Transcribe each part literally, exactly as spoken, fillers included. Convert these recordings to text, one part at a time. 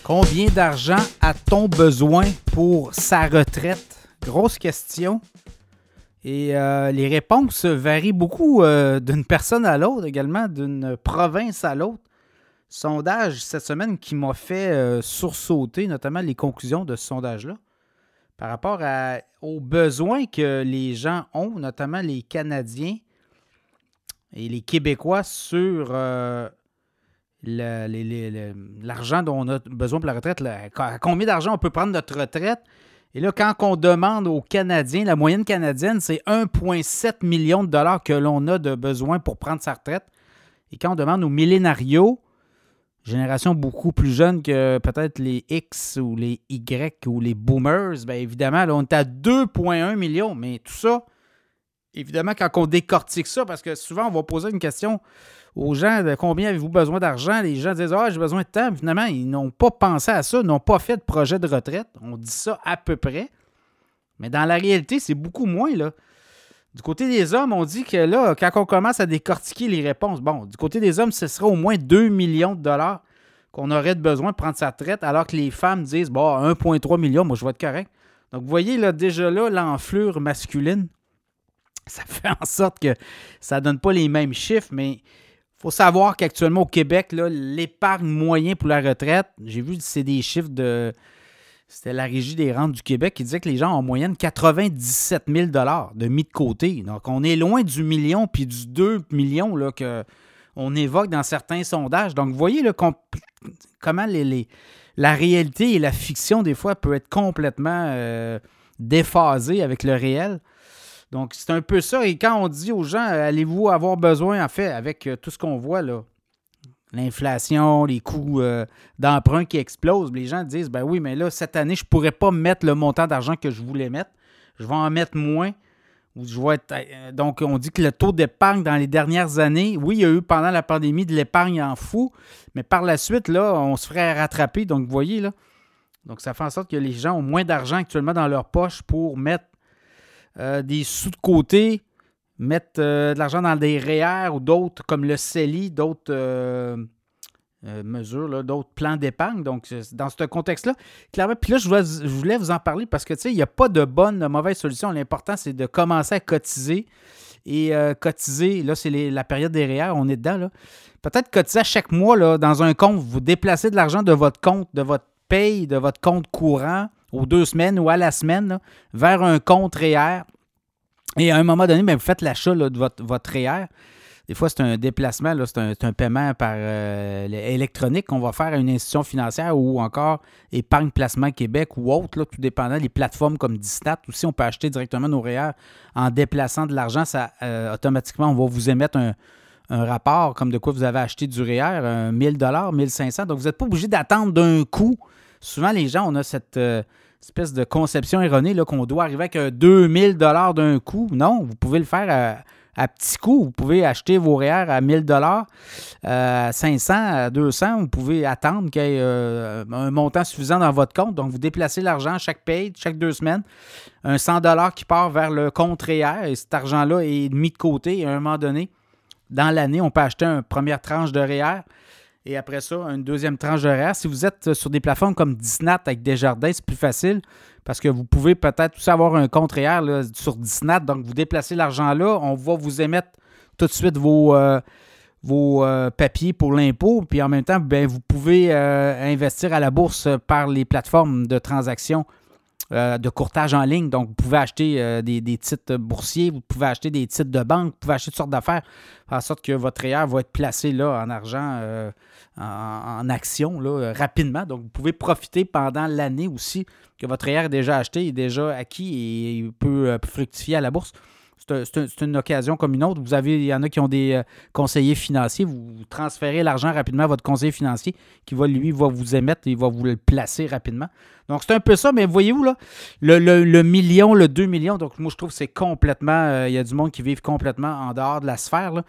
Combien d'argent a-t-on besoin pour sa retraite? Grosse question. Et euh, les réponses varient beaucoup euh, d'une personne à l'autre, également d'une province à l'autre. Sondage cette semaine qui m'a fait euh, sursauter, notamment les conclusions de ce sondage-là, par rapport à, aux besoins que les gens ont, notamment les Canadiens et les Québécois, sur euh, le, le, le, le, l'argent dont on a besoin pour la retraite. Là, à combien d'argent on peut prendre notre retraite? Et là, quand on demande aux Canadiens, la moyenne canadienne, c'est un virgule sept million de dollars que l'on a de besoin pour prendre sa retraite. Et quand on demande aux millénarios, génération beaucoup plus jeune que peut-être les X ou les Y ou les boomers, bien évidemment, là, on est à deux virgule un millions. Mais tout ça, évidemment, quand on décortique ça, parce que souvent, on va poser une question aux gens de combien avez-vous besoin d'argent? Les gens disent « Ah, j'ai besoin de temps. » Finalement, ils n'ont pas pensé à ça, n'ont pas fait de projet de retraite. On dit ça à peu près. Mais dans la réalité, c'est beaucoup moins, là. Du côté des hommes, on dit que là, quand on commence à décortiquer les réponses, bon, du côté des hommes, ce serait au moins deux millions de dollars qu'on aurait de besoin de prendre sa retraite, alors que les femmes disent, bon, un virgule trois million, moi, je vais être correct. Donc, vous voyez, là, déjà là, l'enflure masculine, ça fait en sorte que ça ne donne pas les mêmes chiffres, mais il faut savoir qu'actuellement, au Québec, là, l'épargne moyenne pour la retraite, j'ai vu, c'est des chiffres de... C'était la Régie des rentes du Québec qui disait que les gens ont en moyenne quatre-vingt-dix-sept mille dollars de mis de côté. Donc, on est loin du million puis du deux millions là, qu'on évoque dans certains sondages. Donc, vous voyez là, comment les, les, la réalité et la fiction, des fois, peut être complètement euh, déphasée avec le réel. Donc, c'est un peu ça. Et quand on dit aux gens, allez-vous avoir besoin, en fait, avec tout ce qu'on voit là, l'inflation, les coûts euh, d'emprunt qui explosent, les gens disent, ben oui, mais là, cette année, je ne pourrais pas mettre le montant d'argent que je voulais mettre. Je vais en mettre moins. Ou je vais être, euh, donc, on dit que le taux d'épargne dans les dernières années, oui, il y a eu pendant la pandémie de l'épargne en fou, mais par la suite, là, on se ferait rattraper. Donc, vous voyez, là, donc ça fait en sorte que les gens ont moins d'argent actuellement dans leur poche pour mettre euh, des sous de côté, mettre euh, de l'argent dans des R E E R ou d'autres, comme le C E L I, d'autres euh, euh, mesures, là, d'autres plans d'épargne. Donc, dans ce contexte-là, clairement, puis là, je voulais, je voulais vous en parler parce que, tu sais, il n'y a pas de bonne, de mauvaise solution. L'important, c'est de commencer à cotiser. Et euh, cotiser, là, c'est les, la période des R E E R, on est dedans, là. Peut-être cotiser à chaque mois, là, dans un compte, vous déplacez de l'argent de votre compte, de votre paye, de votre compte courant, aux deux semaines ou à la semaine, là, vers un compte R E E R. Et à un moment donné, bien, vous faites l'achat là, de votre, votre R E E R. Des fois, c'est un déplacement, là, c'est, un, c'est un paiement par euh, électronique qu'on va faire à une institution financière ou encore Épargne Placement Québec ou autre, là, tout dépendant des plateformes comme Disnat. Aussi, on peut acheter directement nos R E E R en déplaçant de l'argent. Ça, euh, automatiquement, on va vous émettre un, un rapport comme de quoi vous avez acheté du R E E R, un mille dollars, mille cinq cents. Donc, vous n'êtes pas obligé d'attendre d'un coup. Souvent, les gens, on a cette... Euh, espèce de conception erronée là, qu'on doit arriver avec un deux mille dollars d'un coup. Non, vous pouvez le faire à, à petits coups. Vous pouvez acheter vos R E E R à mille dollars, à cinq cents, à deux cents. Vous pouvez attendre qu'il y ait euh, un montant suffisant dans votre compte. Donc, vous déplacez l'argent chaque paye, chaque deux semaines. Un cent dollars qui part vers le compte R E E R et cet argent-là est mis de côté. Et à un moment donné, dans l'année, on peut acheter une première tranche de R E E R. Et après ça, une deuxième tranche de R E E R. Si vous êtes sur des plateformes comme Disnat avec Desjardins, c'est plus facile parce que vous pouvez peut-être aussi avoir un compte R E E R là, sur Disnat. Donc, vous déplacez l'argent là. On va vous émettre tout de suite vos, euh, vos euh, papiers pour l'impôt. Puis en même temps, bien, vous pouvez euh, investir à la bourse par les plateformes de transactions euh, de courtage en ligne. Donc, vous pouvez acheter euh, des, des titres boursiers, vous pouvez acheter des titres de banque, vous pouvez acheter toutes sortes d'affaires, en sorte que votre R E E R va être placé là en argent, euh, en, en action là, rapidement. Donc, vous pouvez profiter pendant l'année aussi que votre R E E R est déjà acheté, est déjà acquis et il peut, euh, fructifier à la bourse. C'est, c'est, c'est une occasion comme une autre. Vous avez, il y en a qui ont des euh, conseillers financiers. Vous transférez l'argent rapidement à votre conseiller financier qui va, lui, va vous émettre et va vous le placer rapidement. Donc, c'est un peu ça, mais voyez-vous, là, le, le, le million, le deux millions, donc moi, je trouve que c'est complètement... Euh, il y a du monde qui vit complètement en dehors de la sphère, là.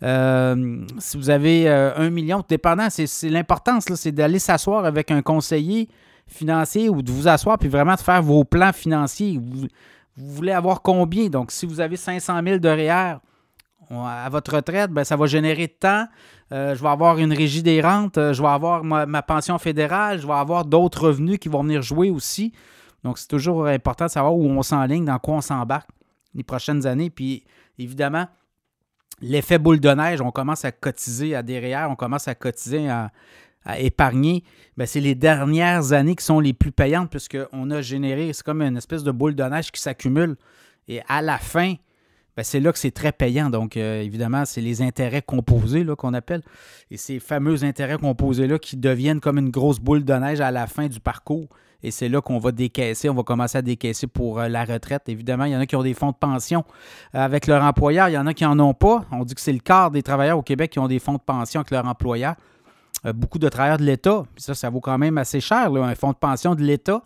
Euh, si vous avez euh, un million, dépendant, c'est, c'est l'importance, là, c'est d'aller s'asseoir avec un conseiller financier ou de vous asseoir puis vraiment de faire vos plans financiers. Vous, vous voulez avoir combien? Donc, si vous avez cinq cent mille de R E E R, on- à votre retraite, ben, ça va générer tant. Euh, je vais avoir une régie des rentes, euh, je vais avoir ma, ma pension fédérale, je vais avoir d'autres revenus qui vont venir jouer aussi. Donc, c'est toujours important de savoir où on s'enligne, dans quoi on s'embarque les prochaines années. Puis, évidemment, l'effet boule de neige, on commence à cotiser à des R E E R, on commence à cotiser à, à épargner. Bien, c'est les dernières années qui sont les plus payantes puisqu'on a généré, c'est comme une espèce de boule de neige qui s'accumule. Et à la fin, bien, c'est là que c'est très payant. Donc, euh, évidemment, c'est les intérêts composés là, qu'on appelle. Et ces fameux intérêts composés-là qui deviennent comme une grosse boule de neige à la fin du parcours. Et c'est là qu'on va décaisser, on va commencer à décaisser pour euh, la retraite. Évidemment, il y en a qui ont des fonds de pension euh, avec leur employeur, il y en a qui n'en ont pas. On dit que c'est le quart des travailleurs au Québec qui ont des fonds de pension avec leur employeur. Euh, beaucoup de travailleurs de l'État, puis ça, ça vaut quand même assez cher, là, un fonds de pension de l'État.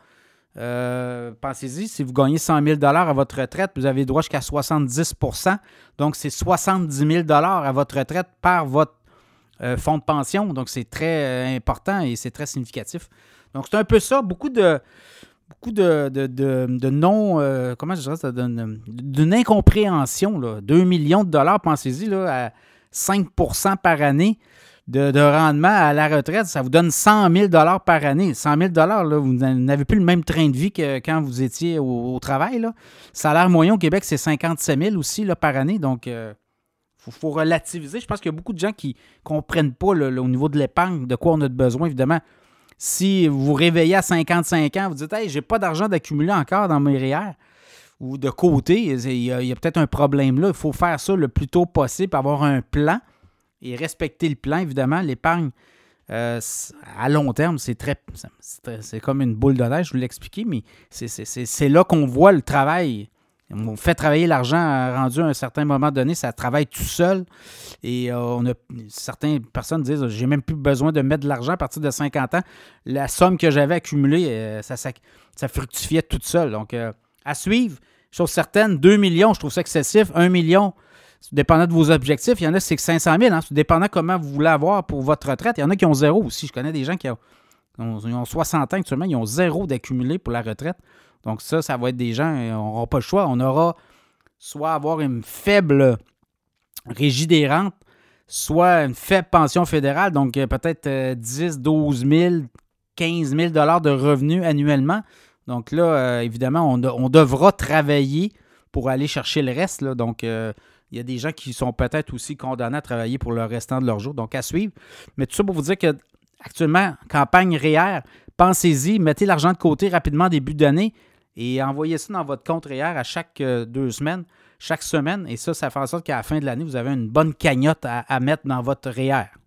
Euh, pensez-y, si vous gagnez cent mille dollars à votre retraite, vous avez droit jusqu'à soixante-dix pour cent. Donc, c'est soixante-dix mille dollars à votre retraite par votre euh, fonds de pension. Donc, c'est très euh, important et c'est très significatif. Donc, c'est un peu ça. Beaucoup de, beaucoup de, de, de, de non... Euh, comment je dirais ça? D'une, d'une incompréhension. Là. deux millions de dollars, pensez-y, là, à cinq pour cent par année de, de rendement à la retraite. Ça vous donne cent mille dollars par année. cent mille dollars, là, vous n'avez plus le même train de vie que quand vous étiez au, au travail. Là. Le salaire moyen au Québec, c'est cinquante-sept mille aussi là, par année. Donc, il euh, faut, faut relativiser. Je pense qu'il y a beaucoup de gens qui ne comprennent pas là, là, au niveau de l'épargne, de quoi on a besoin, évidemment. Si vous vous réveillez à cinquante-cinq ans, vous dites « Hey, j'ai pas d'argent d'accumuler encore dans mes R E E R » ou de côté, il y a, il y a peut-être un problème là. Il faut faire ça le plus tôt possible, avoir un plan et respecter le plan, évidemment. L'épargne, euh, à long terme, c'est très, c'est, très, c'est comme une boule de neige, je vous l'ai expliqué, mais c'est, c'est, c'est, c'est là qu'on voit le travail. On fait travailler l'argent rendu à un certain moment donné, ça travaille tout seul. Et euh, on a certaines personnes disent j'ai même plus besoin de mettre de l'argent à partir de cinquante ans. La somme que j'avais accumulée, euh, ça, ça, ça fructifiait toute seule. Donc, euh, à suivre, chose certaine, deux millions, je trouve ça excessif. un million, c'est dépendant de vos objectifs. Il y en a, c'est que cinq cent mille. Hein, c'est dépendant comment vous voulez avoir pour votre retraite. Il y en a qui ont zéro aussi. Je connais des gens qui ont, ils ont soixante ans actuellement, ils ont zéro d'accumulé pour la retraite. Donc ça, ça va être des gens, on n'aura pas le choix. On aura soit avoir une faible régie des rentes, soit une faible pension fédérale, donc peut-être dix, douze mille, quinze mille dollars de revenus annuellement. Donc là, euh, évidemment, on, de, on devra travailler pour aller chercher le reste. Là. Donc, euh, il y a des gens qui sont peut-être aussi condamnés à travailler pour le restant de leur jour. Donc, à suivre. Mais tout ça pour vous dire que actuellement, campagne R E E R, pensez-y, mettez l'argent de côté rapidement en début d'année et envoyez ça dans votre compte R E E R à chaque euh, deux semaines, chaque semaine. Et ça, ça fait en sorte qu'à la fin de l'année, vous avez une bonne cagnotte à, à mettre dans votre R E E R.